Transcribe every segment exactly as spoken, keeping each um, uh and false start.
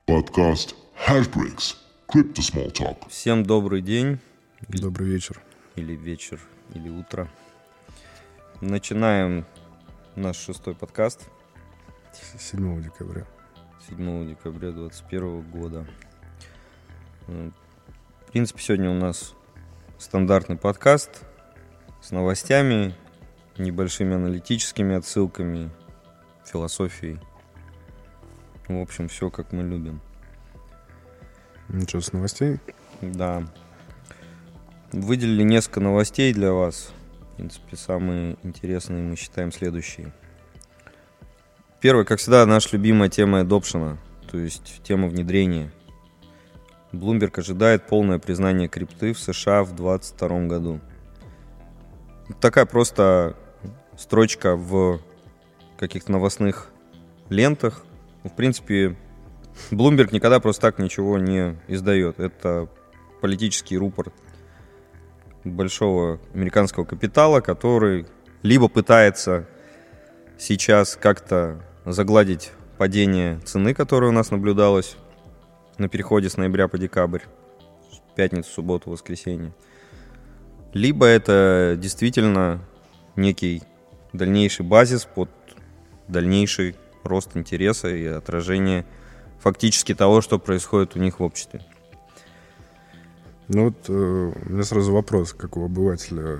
Подкаст Hashbricks. Crypto Small Talk. Всем добрый день. Добрый вечер. Или вечер, или утро. Начинаем наш шестой подкаст. седьмого декабря. седьмого декабря двадцать первого года. В принципе, сегодня у нас стандартный подкаст с новостями, небольшими аналитическими отсылками, философией. В общем, все как мы любим. Ну что, с новостей? Да. Выделили несколько новостей для вас. В принципе, самые интересные мы считаем следующие. Первое, как всегда, наша любимая тема adoption, то есть тема внедрения. Bloomberg ожидает полное признание крипты в США в двадцать втором году. Такая просто строчка в каких-то новостных лентах. В принципе, Bloomberg никогда просто так ничего не издает. Это политический рупор большого американского капитала, который либо пытается сейчас как-то загладить падение цены, которое у нас наблюдалось на переходе с ноября по декабрь, пятницу, субботу, воскресенье, либо это действительно некий дальнейший базис под дальнейший рост интереса и отражение фактически того, что происходит у них в обществе. Ну вот э, у меня сразу вопрос, как у обывателя.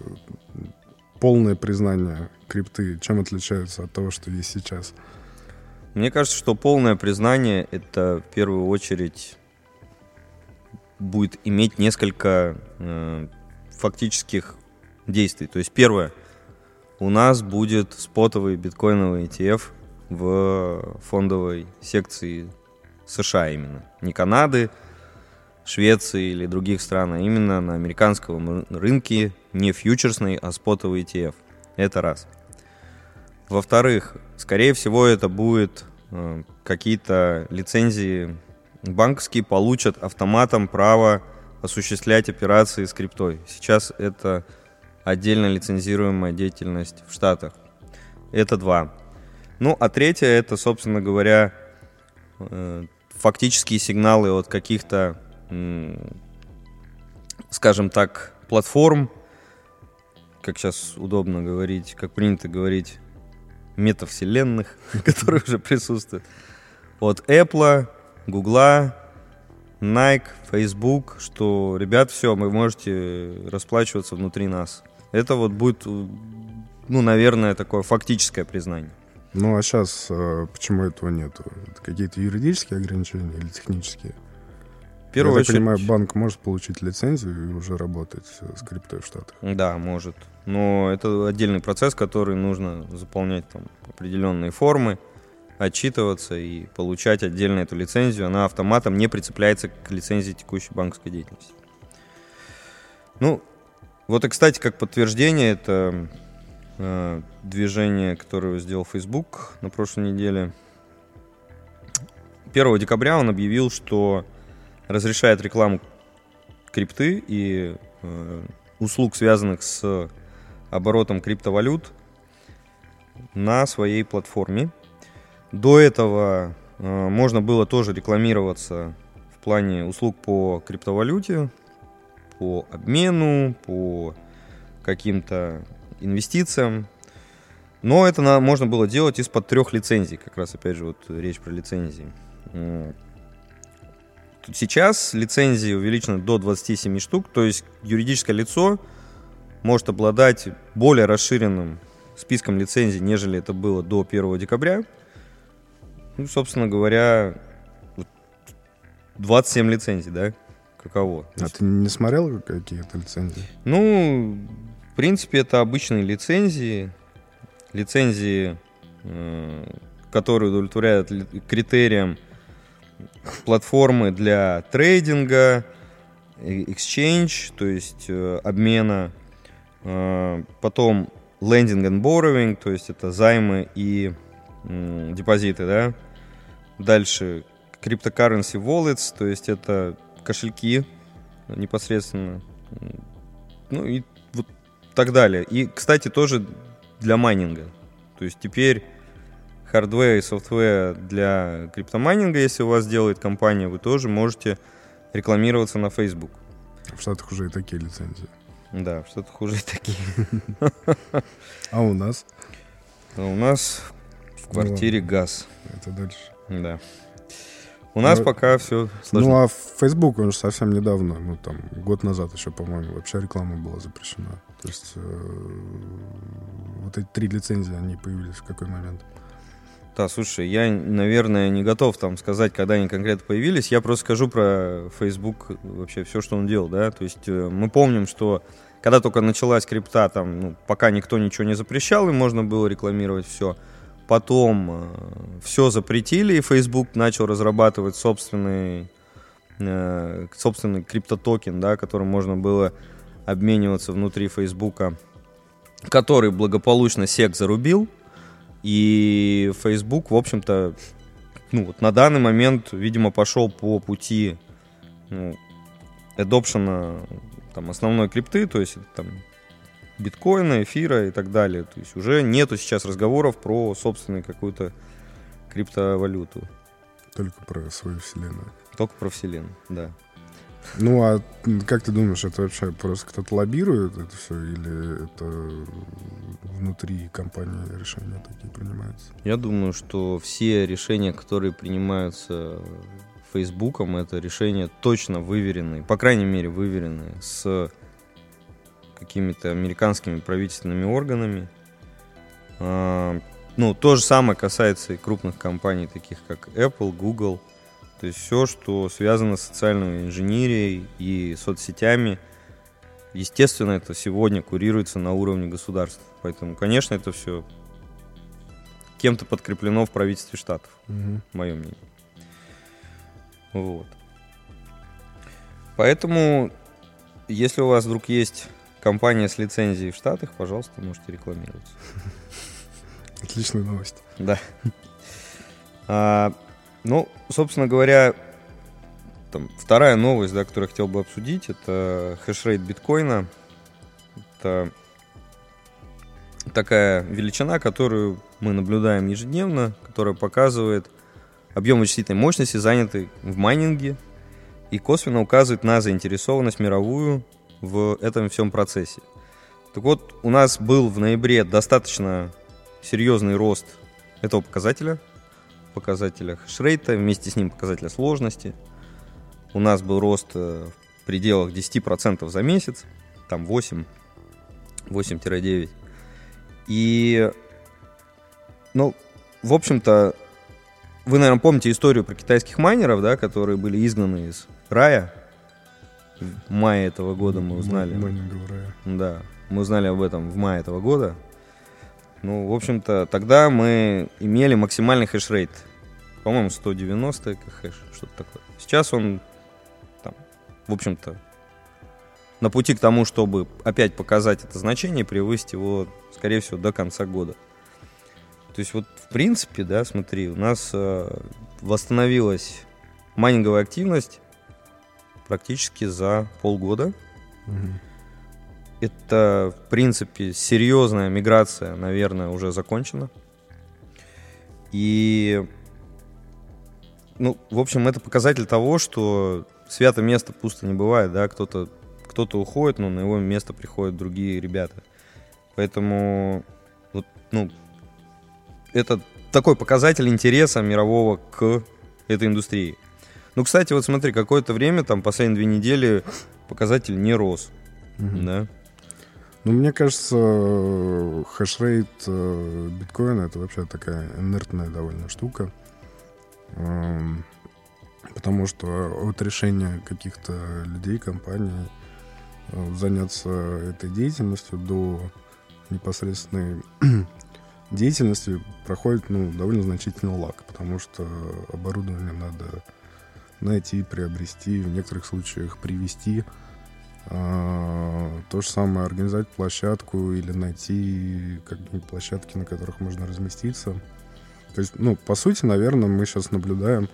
Полное признание крипты чем отличается от того, что есть сейчас? Мне кажется, что полное признание — это в первую очередь будет иметь несколько э, фактических действий. То есть первое, у нас будет спотовый биткоиновый и ти эф в фондовой секции США именно. Не Канады, Швеции или других стран, а именно на американском рынке, не фьючерсный, а спотовый и ти эф. Это раз. Во-вторых, скорее всего, это будет э, какие-то лицензии банковские получат автоматом право осуществлять операции с криптой. Сейчас это отдельно лицензируемая деятельность в Штатах. Это два. Ну, а третье, это, собственно говоря, э, фактические сигналы от каких-то, э, скажем так, платформ, как сейчас удобно говорить, как принято говорить, метавселенных, которые уже присутствуют, от Apple, Google, Nike, Facebook, что, ребят, все, вы можете расплачиваться внутри нас. Это вот будет, ну, наверное, такое фактическое признание. Ну а сейчас э, почему этого нету? Это какие-то юридические ограничения или технические? В первую Я очередь, так понимаю, банк может получить лицензию и уже работать с криптой в Штатах. Да, может. Но это отдельный процесс, который нужно заполнять там определенные формы, отчитываться и получать отдельно эту лицензию. Она автоматом не прицепляется к лицензии текущей банковской деятельности. Ну, вот и, кстати, как подтверждение, это э, движение, которое сделал Facebook на прошлой неделе. первого декабря он объявил, что разрешает рекламу крипты и э, услуг, связанных с оборотом криптовалют, на своей платформе. До этого э, можно было тоже рекламироваться в плане услуг по криптовалюте, по обмену, по каким-то инвестициям. Но это на, можно было делать из-под трех лицензий. Как раз, опять же, вот речь про лицензии. Тут сейчас лицензии увеличены до двадцати семи штук. То есть юридическое лицо может обладать более расширенным списком лицензий, нежели это было до первого декабря. Ну, собственно говоря, двадцать семь лицензий, да? Каково? А ты не смотрел какие-то лицензии? Ну, в принципе, это обычные лицензии. Лицензии, э, которые удовлетворяют критериям платформы для трейдинга, exchange, то есть э, обмена. Э, потом lending and borrowing, то есть это займы и э, депозиты, да. Дальше cryptocurrency wallets, то есть это кошельки непосредственно. Ну и вот так далее. И, кстати, тоже для майнинга. То есть теперь хардвер и софтвер для криптомайнинга, если у вас делает компания, вы тоже можете рекламироваться на Facebook. В Штатах уже и такие лицензии. Да, в Штатах уже и такие. А у нас? А у нас в квартире Ну, газ. Это дальше. Да. У нас Ну, пока все сложно. Ну, а Facebook, он же совсем недавно, ну, там, год назад еще, по-моему, вообще реклама была запрещена. То есть э, вот эти три лицензии, они появились в какой момент? Да, слушай, я, наверное, не готов там сказать, когда они конкретно появились. Я просто скажу про Facebook вообще все, что он делал, да. То есть э, мы помним, что когда только началась крипта, там, ну, пока никто ничего не запрещал, и можно было рекламировать все. Потом э, все запретили, и Facebook начал разрабатывать собственный, э, собственный криптотокен, да, которым можно было обмениваться внутри Фейсбука, который благополучно сек зарубил. И Facebook, в общем-то, ну, вот на данный момент, видимо, пошел по пути, ну, адопшена там, основной крипты, то есть там биткоина, эфира и так далее. То есть уже нету сейчас разговоров про собственную какую-то криптовалюту. Только про свою вселенную. Только про вселенную, да. Ну, а как ты думаешь, это вообще просто кто-то лоббирует это все, или это внутри компании решения такие принимаются? Я думаю, что все решения, которые принимаются Фейсбуком, это решения точно выверенные, по крайней мере, выверенные с какими-то американскими правительственными органами. А, ну, то же самое касается и крупных компаний, таких как Apple, Google. То есть все, что связано с социальной инженерией и соцсетями, естественно, это сегодня курируется на уровне государства. Поэтому, конечно, это все кем-то подкреплено в правительстве штатов, Угу. мое мнение. Вот. Поэтому, если у вас вдруг есть компания с лицензией в Штатах, пожалуйста, можете рекламироваться. Отличная новость. Да. А, ну, собственно говоря, там, вторая новость, да, которую я хотел бы обсудить, это хешрейт биткоина. Это такая величина, которую мы наблюдаем ежедневно, которая показывает объем вычислительной мощности, занятый в майнинге, и косвенно указывает на заинтересованность мировую в этом всем процессе. Так вот, у нас был в ноябре достаточно серьезный рост этого показателя, показателя хешрейта, вместе с ним показателя сложности. У нас был рост в пределах десять процентов за месяц, там восемь, восемь-девять. И, ну, в общем-то, вы, наверное, помните историю про китайских майнеров, да, которые были изгнаны из рая. В мае этого года мы узнали. Майнингового рая. Да, мы узнали об этом в мае этого года. Ну, в общем-то, тогда мы имели максимальный хешрейт. По-моему, сто девяносто хэш, что-то такое. Сейчас он, там, в общем-то, на пути к тому, чтобы опять показать это значение, превысить его, скорее всего, до конца года. То есть вот, в принципе, да, смотри, у нас э, восстановилась майнинговая активность практически за полгода. Угу. Это, в принципе, серьезная миграция, наверное, уже закончена. И, ну, в общем, это показатель того, что свято место пусто не бывает, да, кто-то, кто-то уходит, но на его место приходят другие ребята. Поэтому, вот, ну, это такой показатель интереса мирового к этой индустрии. Ну, кстати, вот смотри, какое-то время, там, последние две недели показатель не рос, Угу. да. Ну, мне кажется, хешрейт э, биткоина — это вообще такая инертная довольно штука. Эм, потому что от решения каких-то людей, компаний э, заняться этой деятельностью до непосредственной деятельности проходит, ну, довольно значительный лаг, потому что оборудование надо найти, приобрести, в некоторых случаях привезти. А, то же самое организовать площадку или найти какие-нибудь площадки, на которых можно разместиться. То есть, ну, по сути, наверное, мы сейчас наблюдаем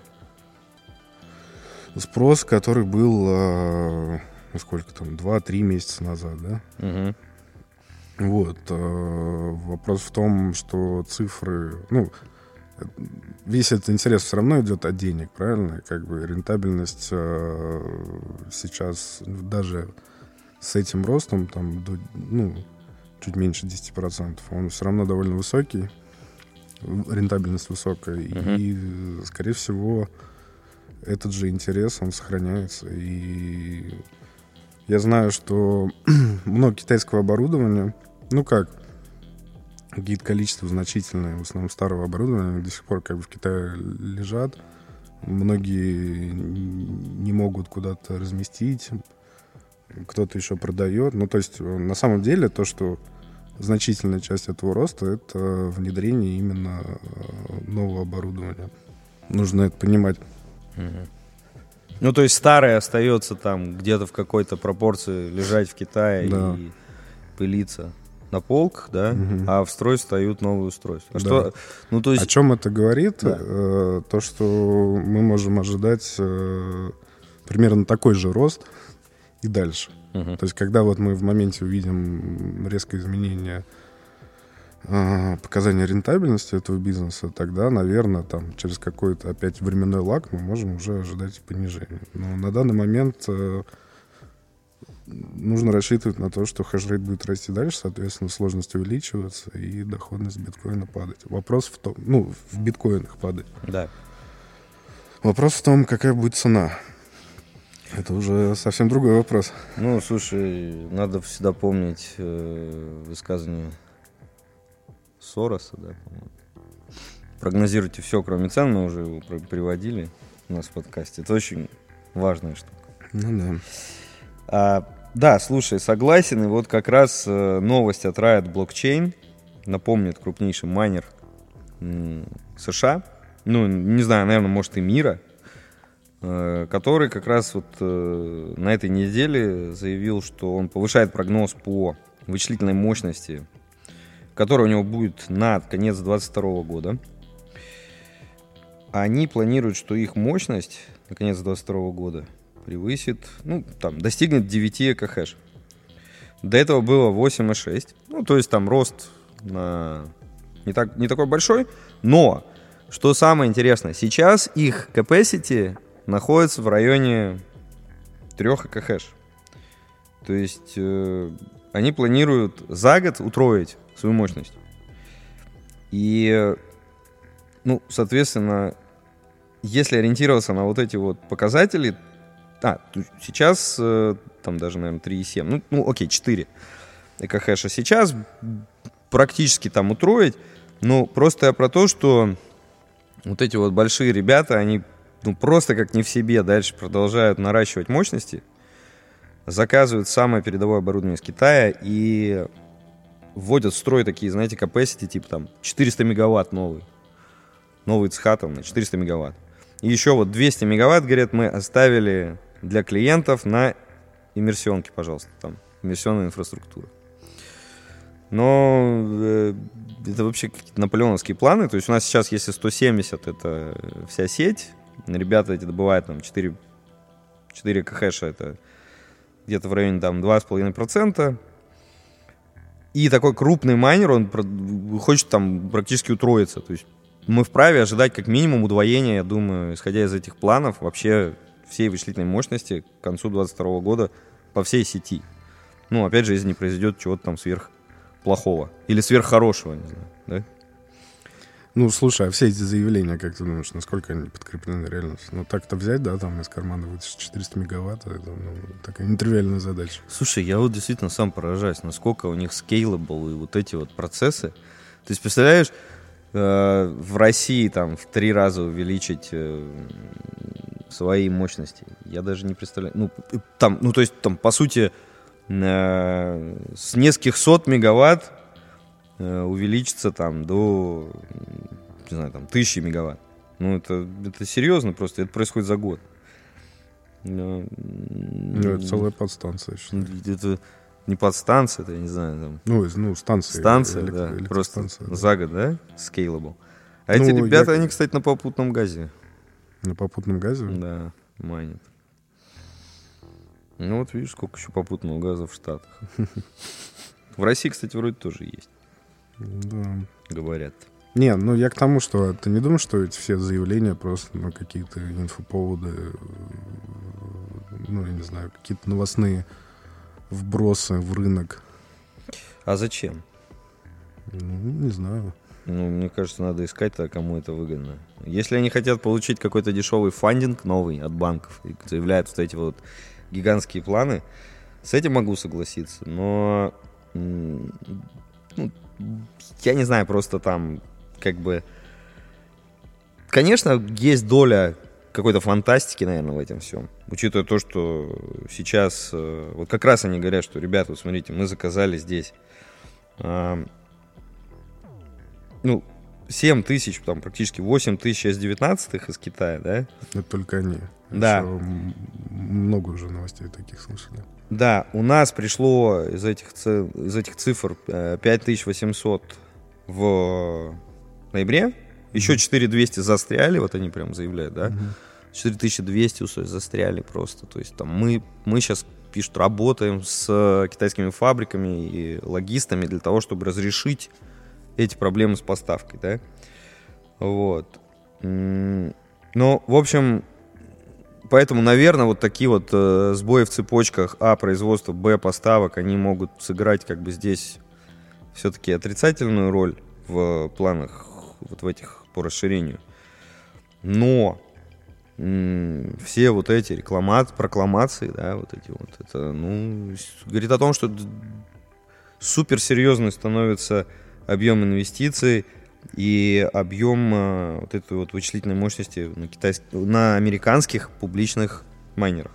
спрос, который был, а, сколько там, два-три месяца назад, да? Угу. Вот. А, вопрос в том, что цифры, ну, весь этот интерес все равно идет от денег, правильно? Как бы рентабельность э, сейчас даже с этим ростом, там, до, ну, чуть меньше десять процентов, он все равно довольно высокий, рентабельность высокая, uh-huh. и, скорее всего, этот же интерес, он сохраняется. И я знаю, что много китайского оборудования, ну как, какие-то количество значительное, в основном старого оборудования, до сих пор как бы в Китае лежат. Многие не могут куда-то разместить, кто-то еще продает. Ну, то есть, на самом деле, то, что значительная часть этого роста, это внедрение именно нового оборудования. Нужно это понимать. Угу. Ну, то есть, старое остается там где-то в какой-то пропорции лежать в Китае, да, и пылиться на полках, да, угу. а в строй встают новые устройства. А да. что, ну, то есть... О чем это говорит? Да. Э, то, что мы можем ожидать э, примерно такой же рост и дальше. Uh-huh. То есть, когда вот мы в моменте увидим резкое изменение э, показания рентабельности этого бизнеса, тогда, наверное, там, через какой-то опять временной лаг мы можем уже ожидать понижения. Но на данный момент э, нужно рассчитывать на то, что хешрейт будет расти дальше, соответственно, сложность увеличиваться и доходность биткоина падать. Вопрос в том, ну, в биткоинах падать. Да. Вопрос в том, какая будет цена. Это уже совсем другой вопрос. Ну, слушай, надо всегда помнить э, высказывание Сороса, да, по-моему. Прогнозируйте все, кроме цен, мы уже его приводили у нас в подкасте. Это очень важная штука. Ну да. А, да, слушай, согласен. И вот как раз э, новость от Riot Blockchain, напомнит, крупнейший майнер м, США, ну, не знаю, наверное, может и мира, который как раз вот э, на этой неделе заявил, что он повышает прогноз по вычислительной мощности, которая у него будет на конец двадцать второго года. Они планируют, что их мощность на конец двадцать второго года превысит, ну, там, достигнет девять экахэш. До этого было восемь и шесть. Ну, то есть там рост на... не, так, не такой большой, но, что самое интересное, сейчас их capacity находится в районе три экахэш. То есть э, они планируют за год утроить свою мощность. И, ну, соответственно, если ориентироваться на вот эти вот показатели, а, сейчас э, там даже, наверное, три и семь, ну, ну окей, четыре экахэша сейчас практически там утроить, но просто я про то, что вот эти вот большие ребята, они ну, просто как не в себе дальше продолжают наращивать мощности, заказывают самое передовое оборудование из Китая и вводят в строй такие, знаете, capacity, типа там четыреста мегаватт новый. Новый цеха там на четыреста мегаватт. И еще вот двести мегаватт, говорят, мы оставили для клиентов на иммерсионке, пожалуйста, там, иммерсионная инфраструктура. Но э, это вообще какие-то наполеоновские планы. То есть у нас сейчас, если сто семьдесят, это вся сеть. Ребята эти добывают там четыре, четыре экахэша, это где-то в районе там два с половиной процента. И такой крупный майнер, он хочет там практически утроиться. То есть мы вправе ожидать как минимум удвоения, я думаю, исходя из этих планов, вообще всей вычислительной мощности к концу двадцать второго года по всей сети. Ну, опять же, если не произойдет чего-то там сверхплохого. Или сверххорошего, не знаю, да? Ну, слушай, а все эти заявления, как ты думаешь, насколько они подкреплены реальностью? Ну, так-то взять, да, там из кармана вытащить четыреста мегаватт, это ну, такая нетривиальная задача. Слушай, я вот действительно сам поражаюсь, насколько у них scalable и вот эти вот процессы. То есть, представляешь, э, в России там в три раза увеличить э, свои мощности. Я даже не представляю. Ну, там, ну то есть, там, по сути, э, с нескольких сот мегаватт увеличится там до, не знаю, там, тысячи мегаватт. Ну, это, это серьезно просто, это происходит за год. Ну, это целая подстанция. Это не подстанция, это, я не знаю, там... Ну, ну станция. Станция, электро- да, просто да. за год, да, scalable. А ну, эти ребята, я... они, кстати, на попутном газе. На попутном газе? Да, майнят. Ну, вот видишь, сколько еще попутного газа в Штатах. В России, кстати, вроде тоже есть. Да. Говорят. Не, ну я к тому, что ты не думаешь, что эти все заявления просто, ну, какие-то инфоповоды, ну, я не знаю, какие-то новостные вбросы в рынок? А зачем? Ну, не знаю. Ну, мне кажется, надо искать, кому это выгодно. Если они хотят получить какой-то дешевый фандинг новый от банков и заявляют вот эти вот гигантские планы, с этим могу согласиться. Но, ну, я не знаю, просто там как бы... Конечно, есть доля какой-то фантастики, наверное, в этом всем. Учитывая то, что сейчас... Вот как раз они говорят, что, ребята, вот смотрите, мы заказали здесь... Ну, семь тысяч, там практически восемь тысяч эс девятнадцать из Китая, да? Это только они. Да. Еще много уже новостей таких слышали. Да, у нас пришло из этих, из этих цифр пять тысяч восемьсот в ноябре. Еще четыре тысячи двести застряли, вот они прям заявляют, да? четыре тысячи двести застряли просто. То есть там мы, мы сейчас, пишут, работаем с китайскими фабриками и логистами для того, чтобы разрешить эти проблемы с поставкой, да, вот. Ну, в общем, поэтому, наверное, вот такие вот э, сбои в цепочках а. производства, б. поставок, они могут сыграть как бы здесь все-таки отрицательную роль в планах вот в этих по расширению. Но м- все вот эти рекламации, прокламации, да, вот эти вот, это, ну, говорит о том, что суперсерьезный становится объем инвестиций и объем э, вот этой вот вычислительной мощности на, китайских, на американских публичных майнерах.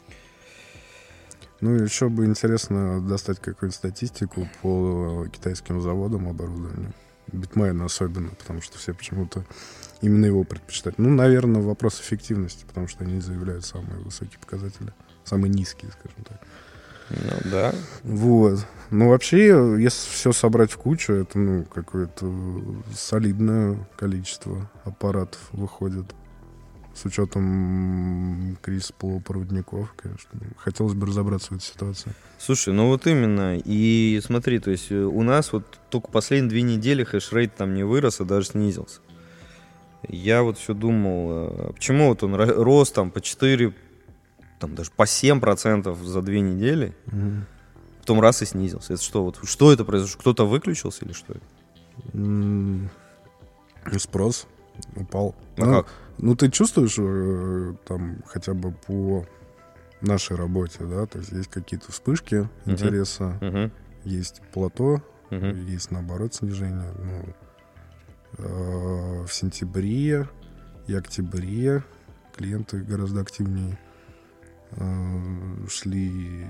Ну, еще бы интересно достать какую-нибудь статистику по китайским заводам оборудования. Bitmain особенно, потому что все почему-то именно его предпочитают. Ну, наверное, вопрос эффективности, потому что они заявляют самые высокие показатели. Самые низкие, скажем так. Ну, да. Вот. Ну, вообще, если все собрать в кучу, это, ну, какое-то солидное количество аппаратов выходит. С учетом кризиса полупроводников, конечно. Хотелось бы разобраться в этой ситуации. Слушай, ну вот именно. И смотри, то есть у нас вот только последние две недели хэшрейт там не вырос, а даже снизился. Я вот все думал, почему вот он рос там по четыре, там даже по семь процентов за две недели, угу. Потом раз и снизился. Это что? Вот что это произошло? Кто-то выключился или что это? М-м- спрос упал. А ну, как? Ну, ты чувствуешь э, там хотя бы по нашей работе, да? То есть есть какие-то вспышки uh-huh. интереса, uh-huh. есть плато, uh-huh. есть, наоборот, снижение. Ну, э, в сентябре и октябре клиенты гораздо активнее э, шли,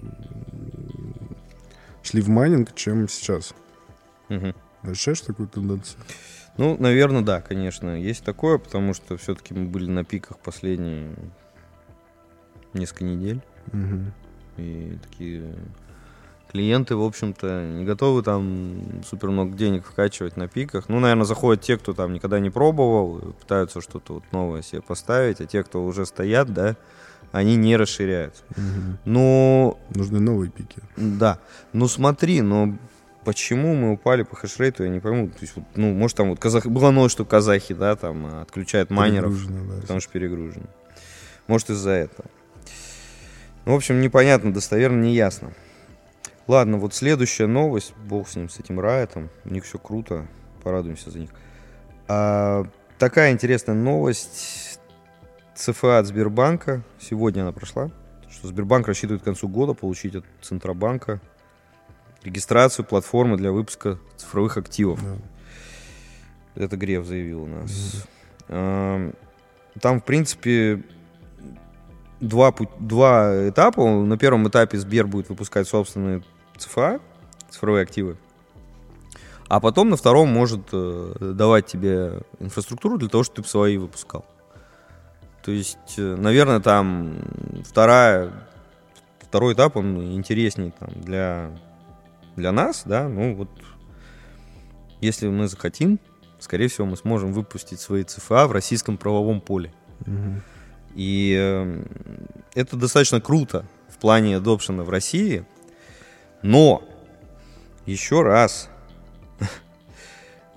шли в майнинг, чем сейчас. Uh-huh. Ощущаешь такую тенденцию? Ну, наверное, да, конечно, есть такое, потому что все-таки мы были на пиках последние несколько недель. Угу. И такие клиенты, в общем-то, не готовы там супер много денег вкачивать на пиках. Ну, наверное, заходят те, кто там никогда не пробовал, пытаются что-то вот новое себе поставить, а те, кто уже стоят, да, они не расширяются. Угу. Но... Нужны новые пики. Да. Ну, смотри, но... Почему мы упали по хэшрейту, я не пойму. То есть, вот, ну, может, там вот казах... было новость, что казахи, да, там отключают майнеров, да, потому что перегружены. Может, из-за этого. Ну, в общем, непонятно, достоверно, не ясно. Ладно, вот следующая новость, бог с ним, с этим Riot'ом, у них все круто, порадуемся за них. А, такая интересная новость. ЦФА от Сбербанка, сегодня она прошла, что Сбербанк рассчитывает к концу года получить от Центробанка регистрацию платформы для выпуска цифровых активов. Да. Это Греф заявил у нас. Mm-hmm. Там, в принципе, два, два этапа. На первом этапе Сбер будет выпускать собственные ЦФА, цифровые активы. А потом на втором может давать тебе инфраструктуру для того, чтобы ты свои выпускал. То есть, наверное, там вторая, второй этап, он интереснее там, для... Для нас, да, ну вот, если мы захотим, скорее всего, мы сможем выпустить свои ЦФА в российском правовом поле. Угу. И э, это достаточно круто в плане адопшена в России, но еще раз,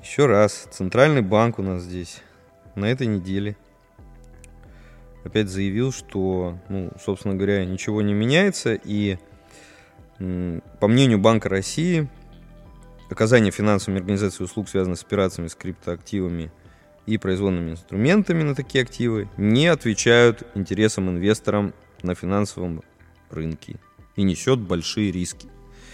Еще раз, Центральный банк у нас здесь на этой неделе опять заявил, что, ну, собственно говоря, ничего не меняется, и, по мнению Банка России, оказание финансовыми организациями услуг, связанных с операциями с криптоактивами и производными инструментами на такие активы, не отвечают интересам инвесторам на финансовом рынке и несет большие риски.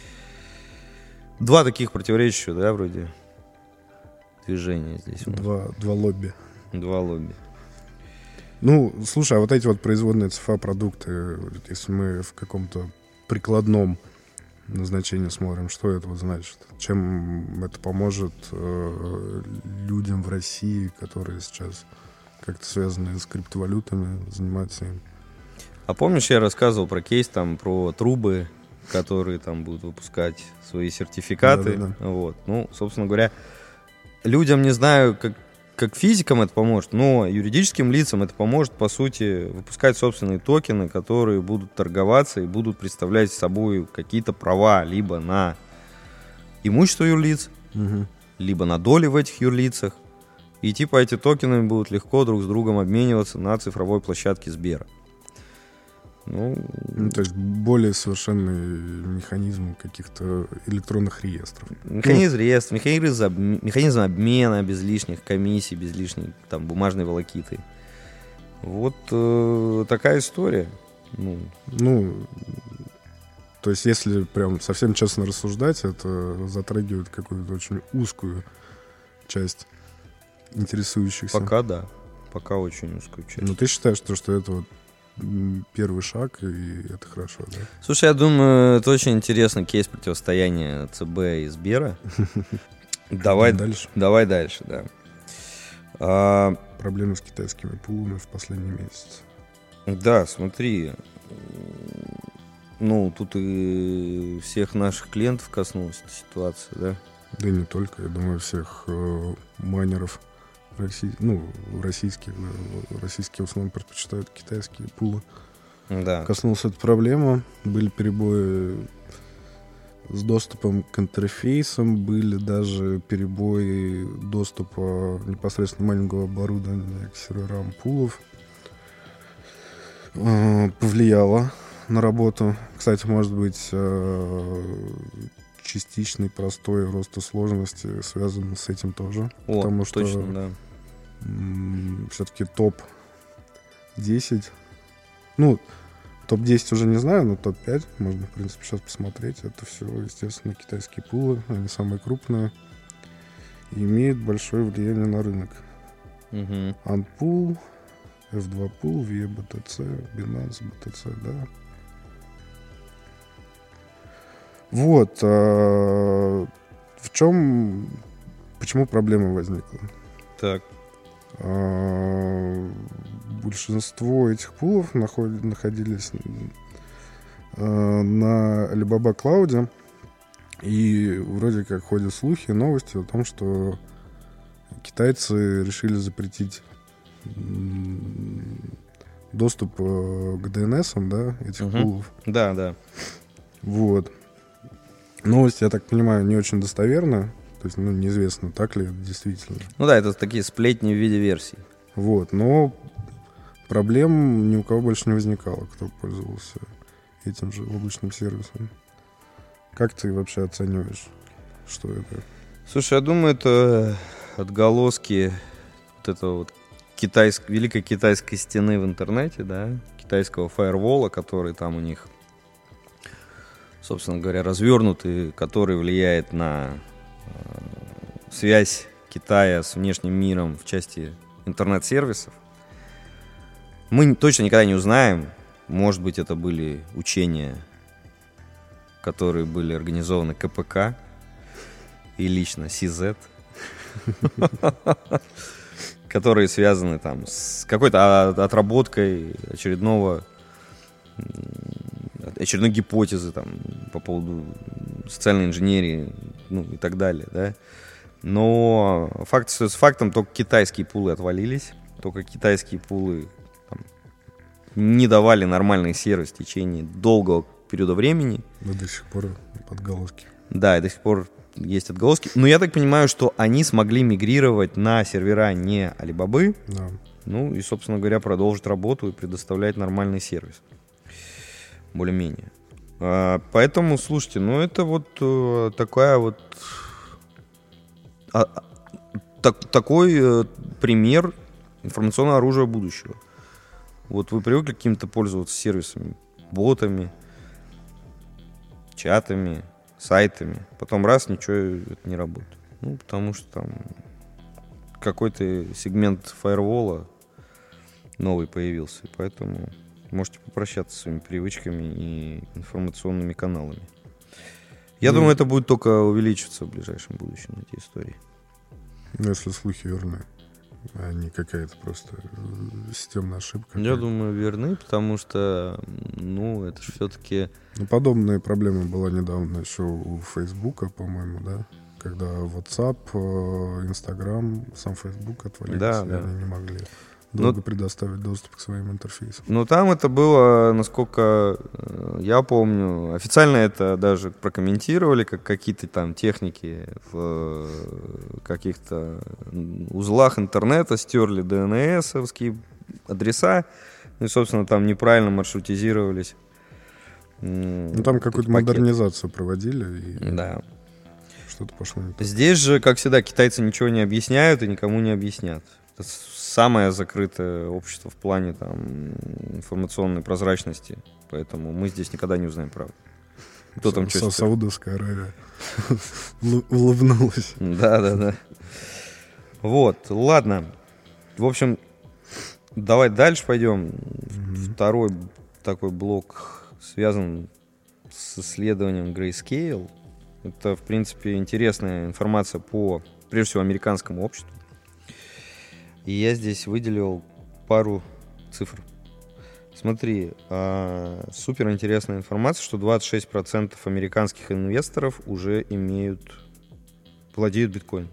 Два таких противоречащих, да, вроде движения здесь. Два, два лобби. Два лобби. Ну, слушай, а вот эти вот производные ЦФА-продукты, если мы в каком-то прикладном назначении смотрим, что это вот значит? Чем это поможет э, людям в России, которые сейчас как-то связаны с криптовалютами, занимаются им? А помнишь, я рассказывал про кейс там, про трубы, которые там будут выпускать свои сертификаты? Да, да, да. Вот. Ну, собственно говоря, людям, не знаю, как как физикам это поможет, но юридическим лицам это поможет, по сути, выпускать собственные токены, которые будут торговаться и будут представлять собой какие-то права либо на имущество юрлиц, угу. либо на доли в этих юрлицах. И типа эти токены будут легко друг с другом обмениваться на цифровой площадке Сбера. Ну, ну, то есть более совершенный механизм каких-то электронных реестров. Механизм реестра, механизм, механизм обмена без лишних комиссий, без лишней там, бумажной волокиты. Вот э, такая история. Ну. ну, то есть если прям совсем честно рассуждать, это затрагивает какую-то очень узкую часть интересующихся. Пока да, пока очень узкую часть. Ну ты считаешь, что, что это вот первый шаг, и это хорошо, да? Слушай, я думаю, это очень интересный кейс противостояния ЦБ и Сбера. Давай дальше. Давай дальше, да. А, проблемы с китайскими пулами в последний месяц. Да, смотри. Ну, тут и всех наших клиентов коснулась эта ситуация, да? Да и не только, я думаю, всех э, майнеров. Россий, ну, российские, российские в основном предпочитают китайские пулы. Да. Коснулась эта проблема. Были перебои с доступом к интерфейсам, были даже перебои доступа непосредственно майнингового оборудования к серверам пулов. Повлияло на работу. Кстати, может быть, частичный простой рост сложности связан с этим тоже. О, потому что точно, да. м- все-таки топ десять. Ну, топ десять уже не знаю, но топ пять можно, в принципе, сейчас посмотреть. Это все, естественно, китайские пулы. Они самые крупные. И имеют большое влияние на рынок. Угу. Unpool, эф два Pool, ви и би ти си, Binance, би ти си, да. Вот. А, в чем... Почему проблема возникла? Так. А, большинство этих пулов наход... находились а, на Alibaba Cloud. И вроде как ходят слухи, новости о том, что китайцы решили запретить доступ к ди эн эс, да, этих угу. пулов. Да, да. Вот. Новость, я так понимаю, не очень достоверна. То есть, ну, неизвестно, так ли это действительно. Ну да, это такие сплетни в виде версий. Вот, но проблем ни у кого больше не возникало, кто пользовался этим же облачным сервисом. Как ты вообще оцениваешь, что это? Слушай, я думаю, это отголоски вот этого вот китайск... великой китайской стены в интернете, да, китайского фаервола, который там у них, собственно говоря, развернутый, который влияет на э, связь Китая с внешним миром в части интернет-сервисов. Мы точно никогда не узнаем, может быть, это были учения, которые были организованы ка пэ ка и лично си зет, которые связаны там с какой-то отработкой очередного очередной гипотезы там по поводу социальной инженерии, ну и так далее, да. Но факт с фактом, только китайские пулы отвалились, только китайские пулы там не давали нормальный сервис в течение долгого периода времени. Да, до сих пор отголоски. Да, и до сих пор есть отголоски. Но я так понимаю, что они смогли мигрировать на сервера не Alibaba. Да. Ну и, собственно говоря, продолжить работу и предоставлять нормальный сервис. Более-менее. А, поэтому, слушайте, ну это вот э, такая вот... А, так, такой э, пример информационного оружия будущего. Вот вы привыкли каким-то пользоваться сервисами, ботами, чатами, сайтами. Потом раз, ничего это не работает. Ну, потому что там какой-то сегмент фаервола новый появился. И поэтому можете попрощаться со своими привычками и информационными каналами. Я mm. думаю, это будет только увеличиваться в ближайшем будущем, эти истории. Ну, если слухи верны, а не какая-то просто системная ошибка. Я думаю, верны, потому что, ну, это же все-таки... Ну, подобная проблема была недавно еще у Фейсбука, по-моему, да? Когда WhatsApp, Instagram, сам Facebook отвалился, да, да. Они не могли долго но, предоставить доступ к своим интерфейсам. Ну, там это было, насколько я помню, официально это даже прокомментировали, как какие-то там техники в каких-то узлах интернета стерли ди эн эс-овские адреса, и, собственно, там неправильно маршрутизировались. Ну, там какую-то модернизацию проводили. И... Да. Что-то пошло не так. Здесь же, как всегда, китайцы ничего не объясняют и никому не объяснят. Это самое закрытое общество в плане там, информационной прозрачности. Поэтому мы здесь никогда не узнаем правду. Кто Са- там что Са- Саудовская Аравия улыбнулась. Да, да, да. Вот, ладно. В общем, давай дальше пойдем. Второй такой блок связан с исследованием Grayscale. Это, в принципе, интересная информация по, прежде всего, американскому обществу. И я здесь выделил пару цифр. Смотри, э, супер интересная информация, что двадцать шесть процентов американских инвесторов уже имеют, владеют биткоином.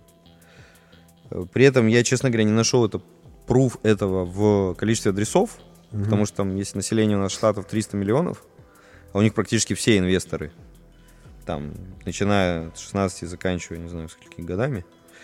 При этом я, честно говоря, не нашел это, пруф этого в количестве адресов, угу. потому что там есть население у нас штатов триста миллионов, а у них практически все инвесторы. Там, начиная с шестнадцати и заканчивая, не знаю, сколькими годами,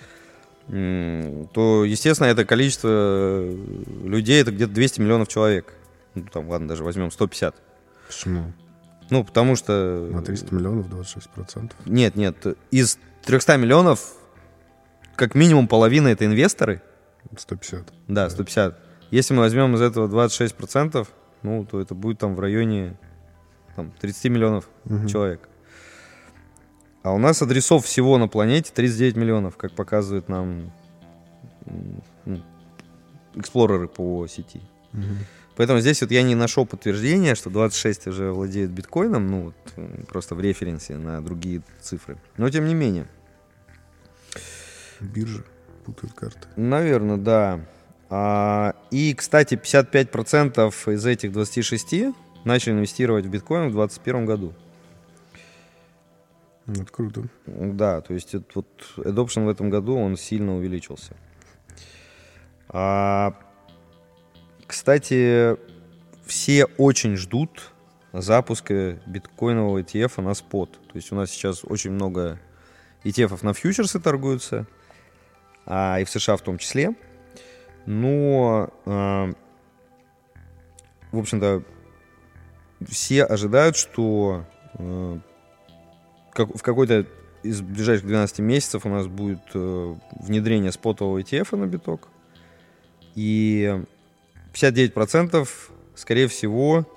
то, естественно, это количество людей, это где-то двести миллионов человек. Ну, там, ладно, даже возьмем сто пятьдесят. Почему? Ну, потому что... На триста миллионов двадцать шесть процентов? Нет, нет. Из триста миллионов, как минимум половина это инвесторы. сто пятьдесят. Да, сто пятьдесят. Если мы возьмем из этого двадцать шесть процентов, ну, то это будет там в районе там, тридцать миллионов угу. человек. А у нас адресов всего на планете тридцать девять миллионов, как показывают нам ну, эксплореры по сети. Угу. Поэтому здесь вот я не нашел подтверждения, что двадцать шесть уже владеют биткоином, ну вот, просто в референсе на другие цифры. Но тем не менее. Биржа путают карты. Наверное, да. А, и, кстати, пятьдесят пять процентов из этих двадцати шести начали инвестировать в биткоин в двадцать первом году. Это круто. Да, то есть это, вот, adoption в этом году он сильно увеличился. А, кстати, все очень ждут запуска биткоинового и ти эф на спот. То есть у нас сейчас очень много и ти эф на фьючерсы торгуются, а, и в США в том числе. Но, а, в общем-то, все ожидают, что а, как, в какой-то из ближайших двенадцати месяцев у нас будет а, внедрение спотового и ти эф на биток. И пятьдесят девять процентов, скорее всего,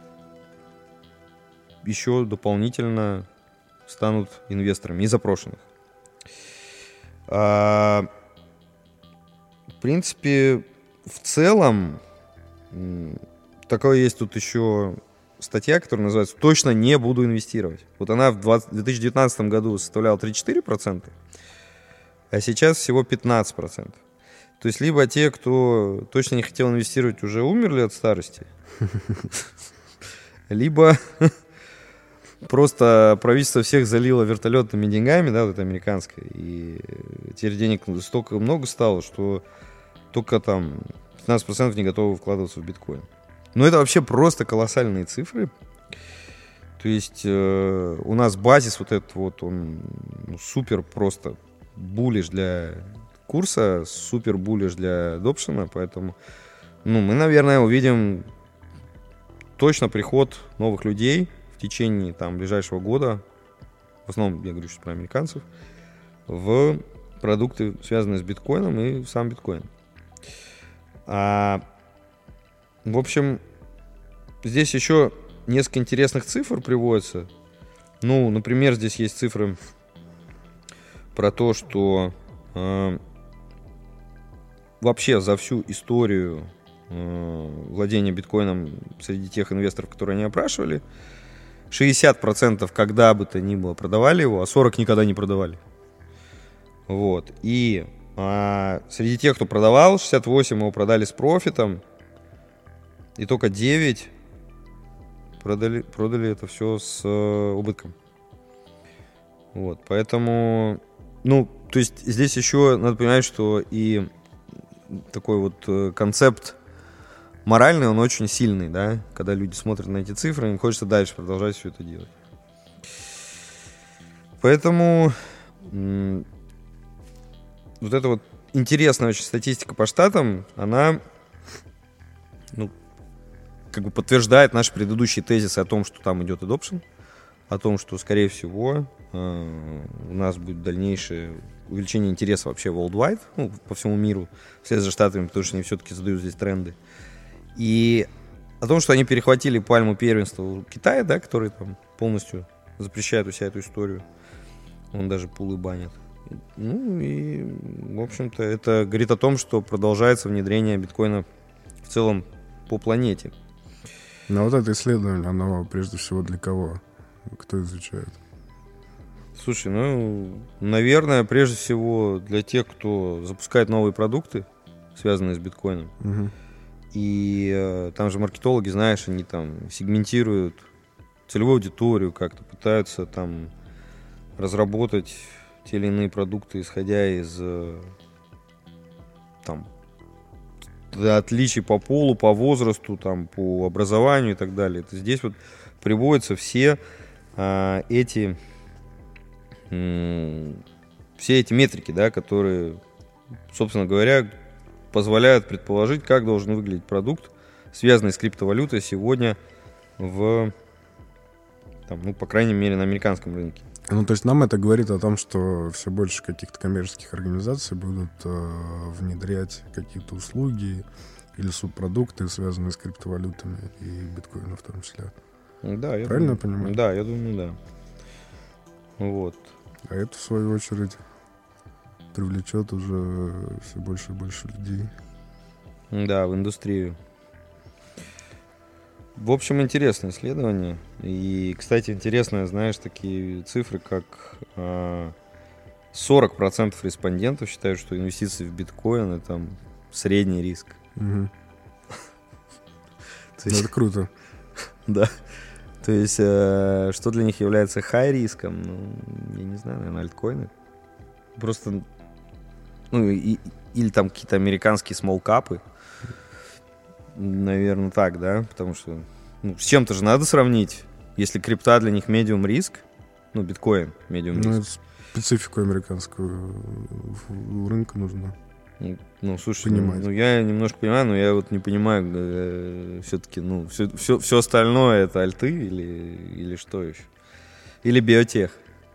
еще дополнительно станут инвесторами из запрошенных. А, в принципе, в целом, такое есть тут еще статья, которая называется «Точно не буду инвестировать». Вот она в две тысячи девятнадцатом году составляла тридцать четыре процента, а сейчас всего пятнадцать процентов. То есть либо те, кто точно не хотел инвестировать, уже умерли от старости, либо просто правительство всех залило вертолетными деньгами, да, вот это американское, и теперь денег столько много стало, что только там пятнадцать процентов не готовы вкладываться в биткоин. Но это вообще просто колоссальные цифры. То есть э, у нас базис вот этот вот, он ну, супер просто буллиш для курса, супер буллиш для адопшена, поэтому ну, мы, наверное, увидим точно приход новых людей в течение там, ближайшего года, в основном я говорю сейчас про американцев, в продукты, связанные с биткоином и в сам биткоин. А, в общем, здесь еще несколько интересных цифр приводится. Ну, например, здесь есть цифры про то, что э, вообще за всю историю э, владения биткоином среди тех инвесторов, которые они опрашивали, шестьдесят процентов когда бы то ни было продавали его, а сорок процентов никогда не продавали. Вот. И а, среди тех, кто продавал, шестьдесят восемь его продали с профитом, и только девять продали, продали это все с э, убытком. Вот. Поэтому, ну, то есть здесь еще надо понимать, что и такой вот э, концепт моральный, он очень сильный, да, когда люди смотрят на эти цифры, им хочется дальше продолжать все это делать. Поэтому м- вот эта вот интересная очень статистика по штатам, она, ну, как бы подтверждает наши предыдущие тезисы о том, что там идет adoption, о том, что, скорее всего, э- у нас будет дальнейшее увеличение интереса вообще worldwide, ну, по всему миру, вслед за штатами, потому что они все-таки задают здесь тренды. И о том, что они перехватили пальму первенства у Китая, да, который там полностью запрещает у себя эту историю. Он даже пулы банит. Ну и, в общем-то, это говорит о том, что продолжается внедрение биткоина в целом по планете. Но вот это исследование, оно прежде всего для кого? Кто изучает? Слушай, ну, наверное, прежде всего для тех, кто запускает новые продукты, связанные с биткоином. Угу. И э, там же маркетологи, знаешь, они там сегментируют целевую аудиторию, как-то пытаются там разработать те или иные продукты, исходя из э, там отличий по полу, по возрасту, там, по образованию и так далее. Это здесь вот приводятся все э, эти э, все эти метрики, да, которые, собственно говоря, позволяют предположить, как должен выглядеть продукт, связанный с криптовалютой сегодня в, там, ну, по крайней мере, на американском рынке. Ну, то есть нам это говорит о том, что все больше каких-то коммерческих организаций будут э, внедрять какие-то услуги или субпродукты, связанные с криптовалютами и биткоином в том числе. Да, я Правильно думаю, я понимаю? Да, я думаю, да. Вот. А это, в свою очередь, привлечет уже все больше и больше людей. Да, в индустрию. В общем, интересное исследование. И, кстати, интересно, знаешь, такие цифры, как э, сорок процентов респондентов считают, что инвестиции в биткоин — это средний риск. Угу. Это круто. Да. То есть, э, что для них является хай-риском? Ну, я не знаю, наверное, альткоины. Просто, ну, и, или там какие-то американские смолл-капы. Наверное, так, да? Потому что, ну, с чем-то же надо сравнить. Если крипта для них медиум риск, ну, биткоин медиум риск. Ну, это специфику американского рынка нужно. Ну, слушай, понимать. Ну, ну я немножко понимаю, но я вот не понимаю, э, все-таки, ну, все, все, все остальное это альты или, или что еще? Или биотех.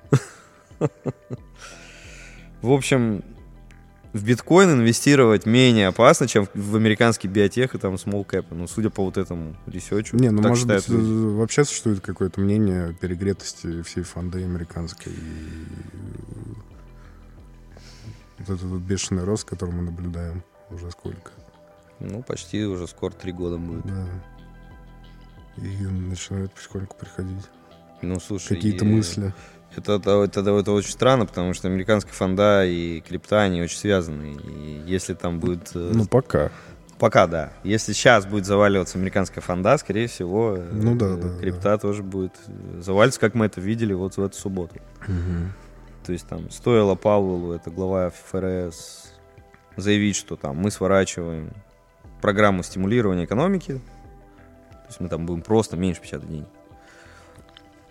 В общем, в биткоин инвестировать менее опасно, чем в американский биотех и там small cap. Ну, судя по вот этому ресерчу. Не, ну, может быть, люди. Вообще существует какое-то мнение о перегретости всей фонды американской. И вот этот вот бешеный рост, который мы наблюдаем уже сколько? Ну, почти уже скоро три года будет. Да. И начинают потихоньку приходить. Ну, слушай, какие-то и... мысли. Это, это, это, это очень странно, потому что американская фонда и крипта, они очень связаны. И если там будет... Ну, пока. Пока, да. Если сейчас будет заваливаться американская фонда, скорее всего, ну, да, да, крипта да. тоже будет заваливаться, как мы это видели вот в эту субботу. Угу. То есть там стоило Пауэллу, это глава эф эр эс, заявить, что там мы сворачиваем программу стимулирования экономики, то есть мы там будем просто меньше печатать деньги.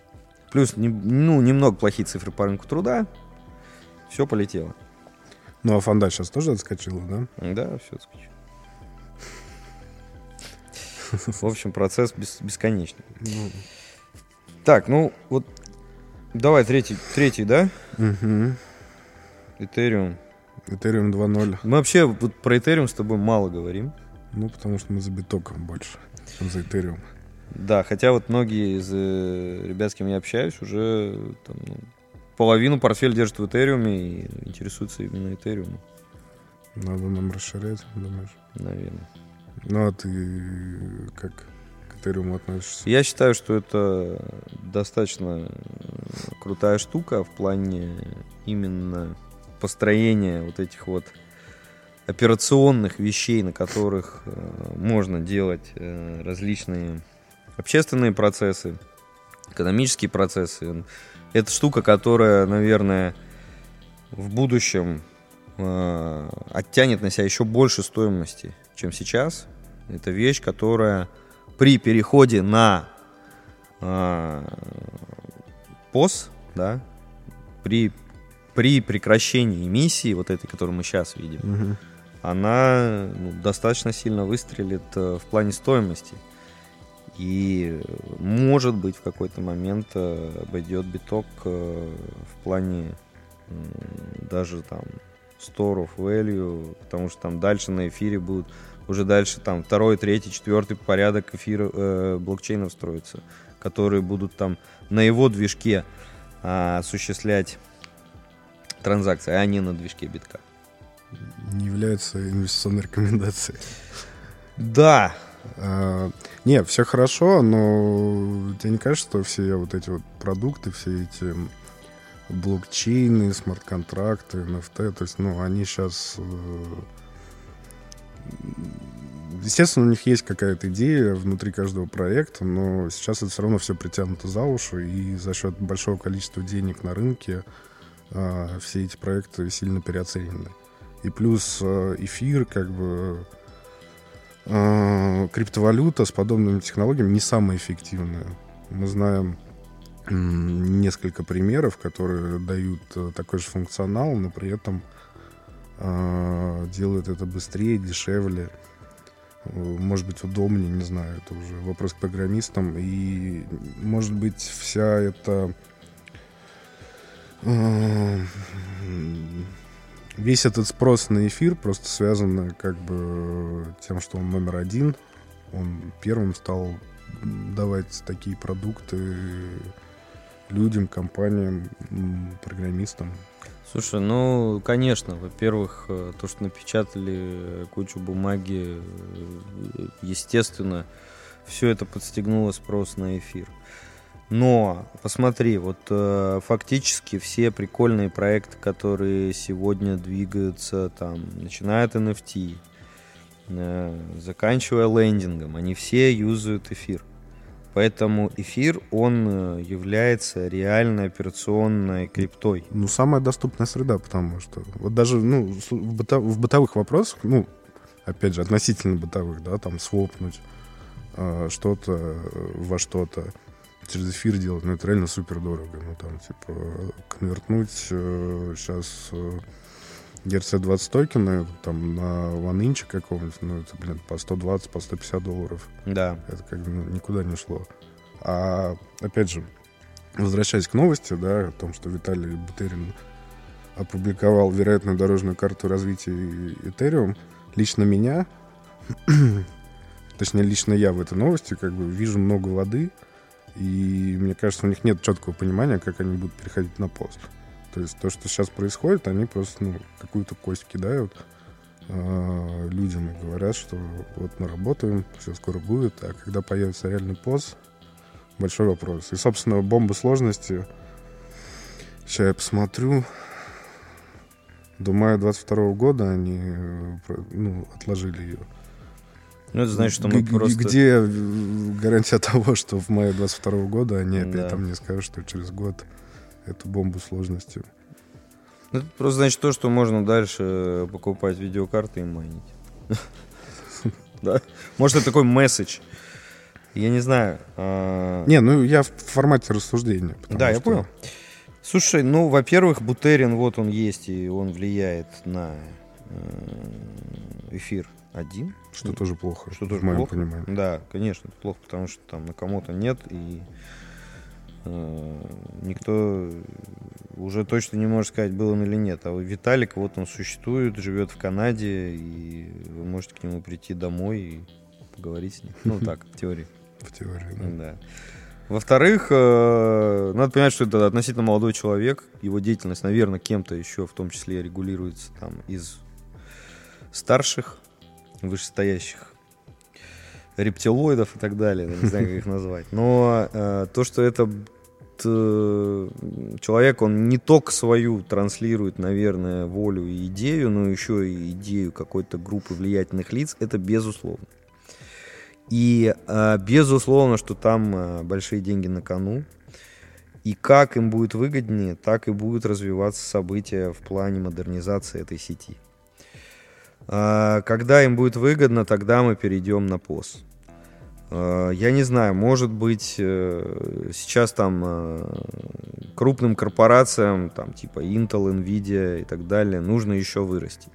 Плюс не, ну, немного плохие цифры по рынку труда. Все полетело. Ну, а фонда сейчас тоже отскочила, да? Да, все отскочило. В общем, процесс бес, бесконечный. Ну. Так, ну вот давай третий, третий, да? Угу. Ethereum. Ethereum два ноль. Мы вообще вот про Ethereum с тобой мало говорим. Ну, потому что мы за биток больше, чем за Ethereum. Да, хотя вот многие из э, ребят, с кем я общаюсь, уже там, ну, половину портфеля держат в Ethereum и интересуются именно Ethereum. Надо нам расширять, думаешь? Наверное. Ну, а ты как к Ethereum относишься? Я считаю, что это достаточно крутая штука в плане именно построения вот этих вот операционных вещей, на которых э, можно делать э, различные общественные процессы, экономические процессы. Это штука, которая, наверное, в будущем э, оттянет на себя еще больше стоимости, чем сейчас. Это вещь, которая при переходе на э, пос, да, при, при прекращении эмиссии, вот этой, которую мы сейчас видим, Угу. она ну, достаточно сильно выстрелит э, в плане стоимости. И, может быть, в какой-то момент э, обойдет биток э, в плане э, даже там store of value, потому что там дальше на эфире будут уже дальше там второй, третий, четвертый порядок эфира, э, блокчейнов строится, которые будут там на его движке э, осуществлять транзакции, а не на движке битка. Не является инвестиционной рекомендацией. Да. А, не, все хорошо, но тебе не кажется, что все вот эти вот продукты, все эти блокчейны, смарт-контракты, эн эф ти, то есть, ну, они сейчас... Естественно, у них есть какая-то идея внутри каждого проекта, но сейчас это все равно все притянуто за уши, и за счет большого количества денег на рынке а, все эти проекты сильно переоценены. И плюс а, эфир, как бы... Криптовалюта с подобными технологиями не самая эффективная. Мы знаем несколько примеров, которые дают такой же функционал, но при этом делают это быстрее, дешевле, может быть, удобнее, не знаю, это уже вопрос к программистам. И, может быть, вся эта... Весь этот спрос на эфир просто связан как бы тем, что он номер один. Он первым стал давать такие продукты людям, компаниям, программистам. Слушай, ну, конечно, во-первых, то, что напечатали кучу бумаги, естественно, все это подстегнуло спрос на эфир. Но, посмотри, вот э, фактически все прикольные проекты, которые сегодня двигаются, там, начиная от эн эф ти, э, заканчивая лендингом, они все юзают эфир. Поэтому эфир, он является реальной операционной криптой. Ну, самая доступная среда, потому что вот даже, ну, в, быто, в бытовых вопросах, ну, опять же, относительно бытовых, да, там, свопнуть э, что-то во что-то, через эфир делать, ну, это реально супер дорого. Ну, там, типа, конвертнуть э, сейчас э, и эр си двадцать токены там на OneInch какого-нибудь, ну, это, блин, по сто двадцать, по сто пятьдесят долларов. Да. Это как бы ну, никуда не шло. А, опять же, возвращаясь к новости, да, о том, что Виталий Бутерин опубликовал вероятную дорожную карту развития Ethereum, лично меня, точнее, лично я в этой новости как бы вижу много воды. И мне кажется, у них нет четкого понимания, как они будут переходить на пост. То есть то, что сейчас происходит, они просто ну, какую-то кость кидают э, людям и говорят, что вот мы работаем, все скоро будет, а когда появится реальный пост, большой вопрос. И, собственно, бомба сложности, сейчас я посмотрю, до мая двадцать второго года они ну, отложили ее. Ну, это значит, что мы Г- просто... Где гарантия того, что в мае двадцать второго года они опять Да. там не скажут, что через год эту бомбу сложности. Это просто значит то, что можно дальше покупать видеокарты и майнить. Да. Может, это такой месседж Я не знаю. А... Не, ну я в формате рассуждения. Да, я что... понял. Слушай, ну, во-первых, бутерин, вот он есть, и он влияет на эфир один. Что тоже плохо, что в тоже моем плохо. понимании. Да, конечно, это плохо, потому что там на кому-то нет, и э, никто уже точно не может сказать, был он или нет. А вот Виталик, вот он существует, живет в Канаде, и вы можете к нему прийти домой и поговорить с ним. Ну, так, в теории. В теории, да. Да. Во-вторых, э, надо понимать, что это относительно молодой человек. Его деятельность, наверное, кем-то еще, в том числе, регулируется там из старших, вышестоящих рептилоидов и так далее. Не знаю, как их назвать. Но э, то, что это т, человек, он не только свою транслирует, наверное, волю и идею, но еще и идею какой-то группы влиятельных лиц, это безусловно. И э, безусловно, что там э, большие деньги на кону. И как им будет выгоднее, так и будут развиваться события в плане модернизации этой сети. Э, когда им будет выгодно, тогда мы перейдем на пос. Э, я не знаю, может быть, э, сейчас там э, крупным корпорациям, там, типа Intel, Nvidia и так далее, нужно еще вырасти.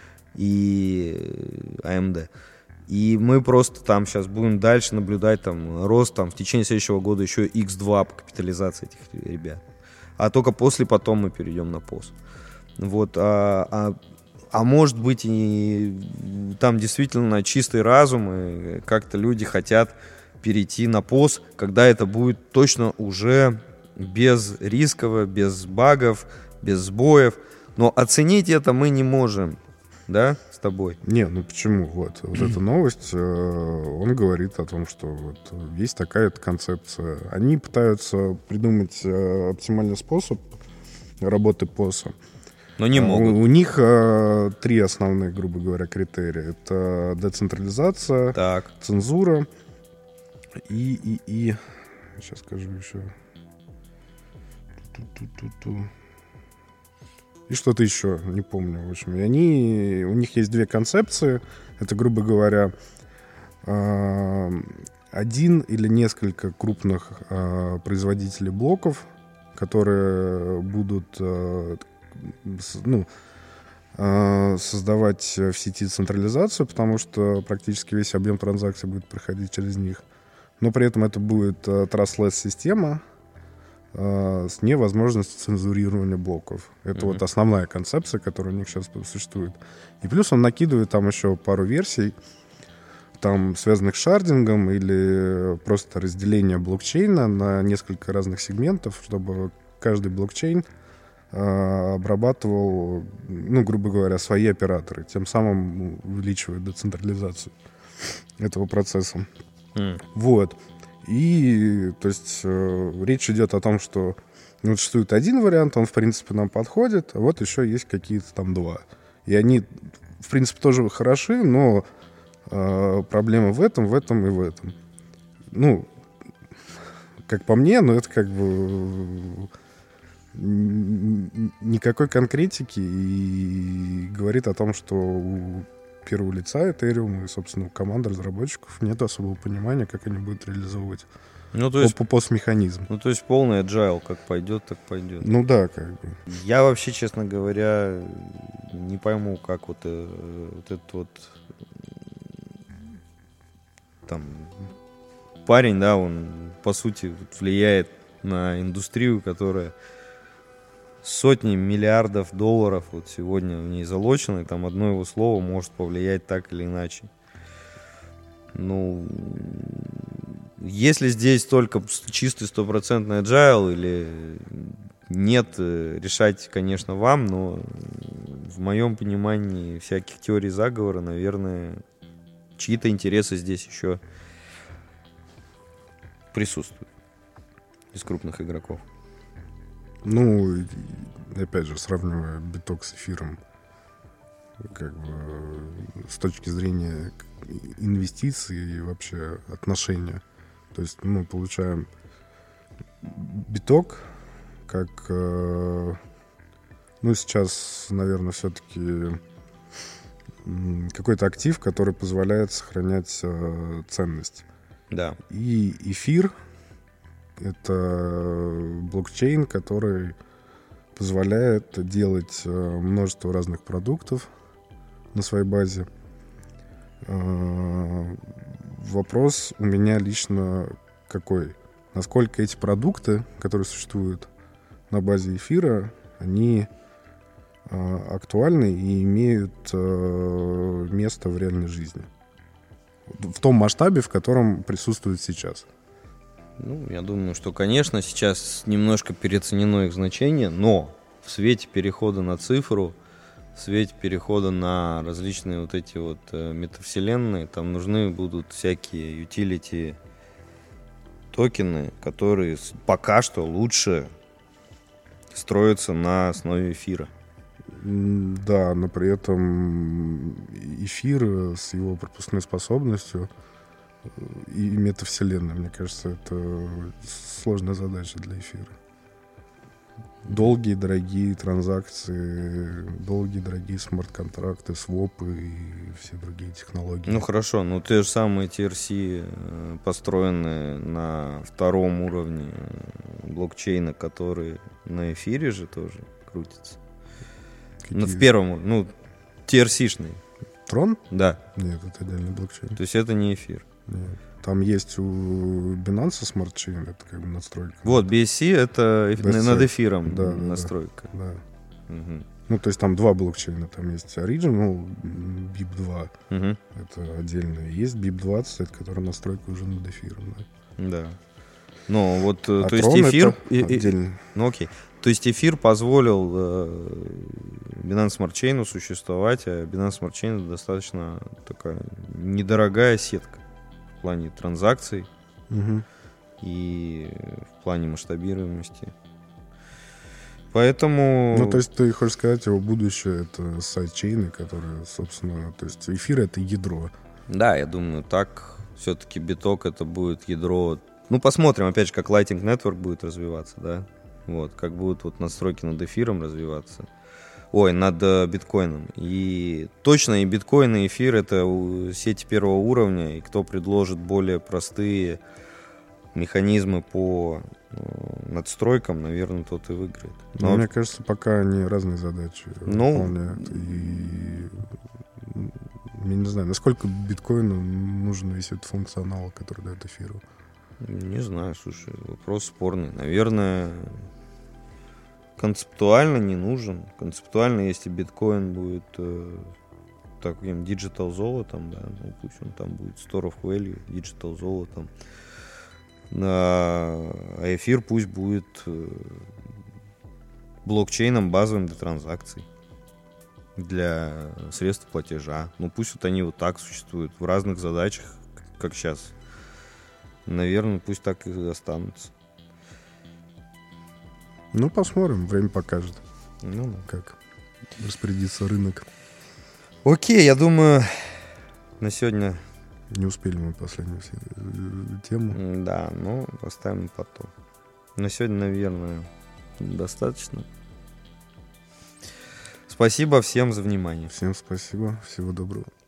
И эй эм ди. И мы просто там сейчас будем дальше наблюдать там рост там в течение следующего года еще икс два по капитализации этих ребят. А только после потом мы перейдем на пос. Вот, а, а, а может быть и там действительно чистый разум, и как-то люди хотят перейти на пос, когда это будет точно уже без рисково, без багов, без сбоев. Но оценить это мы не можем. Да, с тобой? Не, ну почему? Вот, вот эта новость, э, он говорит о том, что вот есть такая концепция. Они пытаются придумать э, оптимальный способ работы поса. Но не могут. У, у них э, три основных, грубо говоря, критерия. Это децентрализация, так. цензура и, и, и... Сейчас скажу еще. Ту-ту-ту-ту-ту. И что-то еще, не помню. В общем, и они, у них есть две концепции. Это, грубо говоря, один или несколько крупных производителей блоков, которые будут ну, создавать в сети централизацию, потому что практически весь объем транзакций будет проходить через них. Но при этом это будет trustless система с невозможностью цензурирования блоков. Это mm-hmm. вот основная концепция, которая у них сейчас существует. И плюс он накидывает там еще пару версий, там, связанных с шардингом или просто разделение блокчейна на несколько разных сегментов, чтобы каждый блокчейн э, обрабатывал, ну, грубо говоря, свои операторы, тем самым увеличивая децентрализацию этого процесса. Mm. Вот. И, то есть, э, речь идет о том, что ну, существует один вариант, он, в принципе, нам подходит, а вот еще есть какие-то там два. И они, в принципе, тоже хороши, но э, проблема в этом, в этом и в этом. Ну, как по мне, но это как бы никакой конкретики и говорит о том, что у первого лица Ethereum и, собственно, у команды разработчиков нет особого понимания, как они будут реализовывать ну, то есть, пост-механизм. Ну, то есть полный agile, как пойдет, так пойдет. Ну да, как бы. Я вообще, честно говоря, не пойму, как вот, э, вот этот вот там парень, да, он, по сути, влияет на индустрию, которая сотни миллиардов долларов вот сегодня в ней залочено, и там одно его слово может повлиять так или иначе. Ну, если здесь только чистый стопроцентный agile или нет, решать, конечно, вам, но в моем понимании всяких теорий заговора, наверное, чьи-то интересы здесь еще присутствуют из крупных игроков. Ну, опять же, сравнивая биток с эфиром, как бы с точки зрения инвестиций и вообще отношения. То есть мы получаем биток как, ну, сейчас, наверное, все-таки какой-то актив, который позволяет сохранять ценность. Да. И эфир — это блокчейн, который позволяет делать множество разных продуктов на своей базе. Вопрос у меня лично какой? Насколько эти продукты, которые существуют на базе эфира, они актуальны и имеют место в реальной жизни? В том масштабе, в котором присутствуют сейчас. Ну, я думаю, что, конечно, сейчас немножко переоценено их значение, но в свете перехода на цифру, в свете перехода на различные вот эти вот э, метавселенные, там нужны будут всякие utility токены, которые пока что лучше строятся на основе эфира. Да, но при этом эфир с его пропускной способностью и метавселенная, мне кажется, это сложная задача для эфира. Долгие, дорогие транзакции, долгие, дорогие смарт-контракты, свопы и все другие технологии. Ну хорошо, но те же самые ти эр си, построенные на втором уровне блокчейна, которые на эфире же тоже крутятся. Какие? Ну, в первом, ну, ти эр си-шный. Трон? Да. Нет, это отдельный блокчейн. То есть это не эфир. Нет. Там есть у Binance Smart Chain, это как бы настройка. Вот, би эс си это эф... над эфиром да, настройка. Да. да. Угу. Ну, то есть там два блокчейна. Там есть Original, би ай пи два. Угу. Это отдельно. Есть би ай пи двадцать, который настройка уже над эфиром. Да. Да. Ну, вот, а то есть Tron эфир... И, отдельно. Ну, окей. То есть эфир позволил э, Binance Smart Chain существовать, а Binance Smart Chain это достаточно такая недорогая сетка в плане транзакций угу. и в плане масштабируемости. Поэтому... Ну, то есть ты хочешь сказать, его будущее — это сайдчейны, которые, собственно... То есть эфир — это ядро. Да, я думаю, так все-таки биток это будет ядро... Ну, посмотрим, опять же, как Lightning Network будет развиваться, да? Вот, как будут вот настройки над эфиром развиваться. Ой, над э, биткоином. И точно и биткоин, и эфир — это сети первого уровня, и кто предложит более простые механизмы по э, надстройкам, наверное, тот и выиграет. Но, Но мне кажется, пока они разные задачи ну, выполняют. И я не знаю, насколько биткоину нужен весь этот функционал, который дает эфиру. Не знаю, слушай, вопрос спорный. Наверное, концептуально не нужен. Концептуально, если биткоин будет э, таким диджитал золотом, да, ну пусть он там будет store of value, диджитал золотом. А эфир пусть будет э, блокчейном базовым для транзакций, для средств платежа. Ну пусть вот они вот так существуют в разных задачах, как сейчас. Наверное, пусть так и останутся. Ну, посмотрим, время покажет, Ну, да. как распорядится рынок. Окей, я думаю, на сегодня... Не успели мы последнюю тему. Да, ну, оставим потом. На сегодня, наверное, достаточно. Спасибо всем за внимание. Всем спасибо, всего доброго.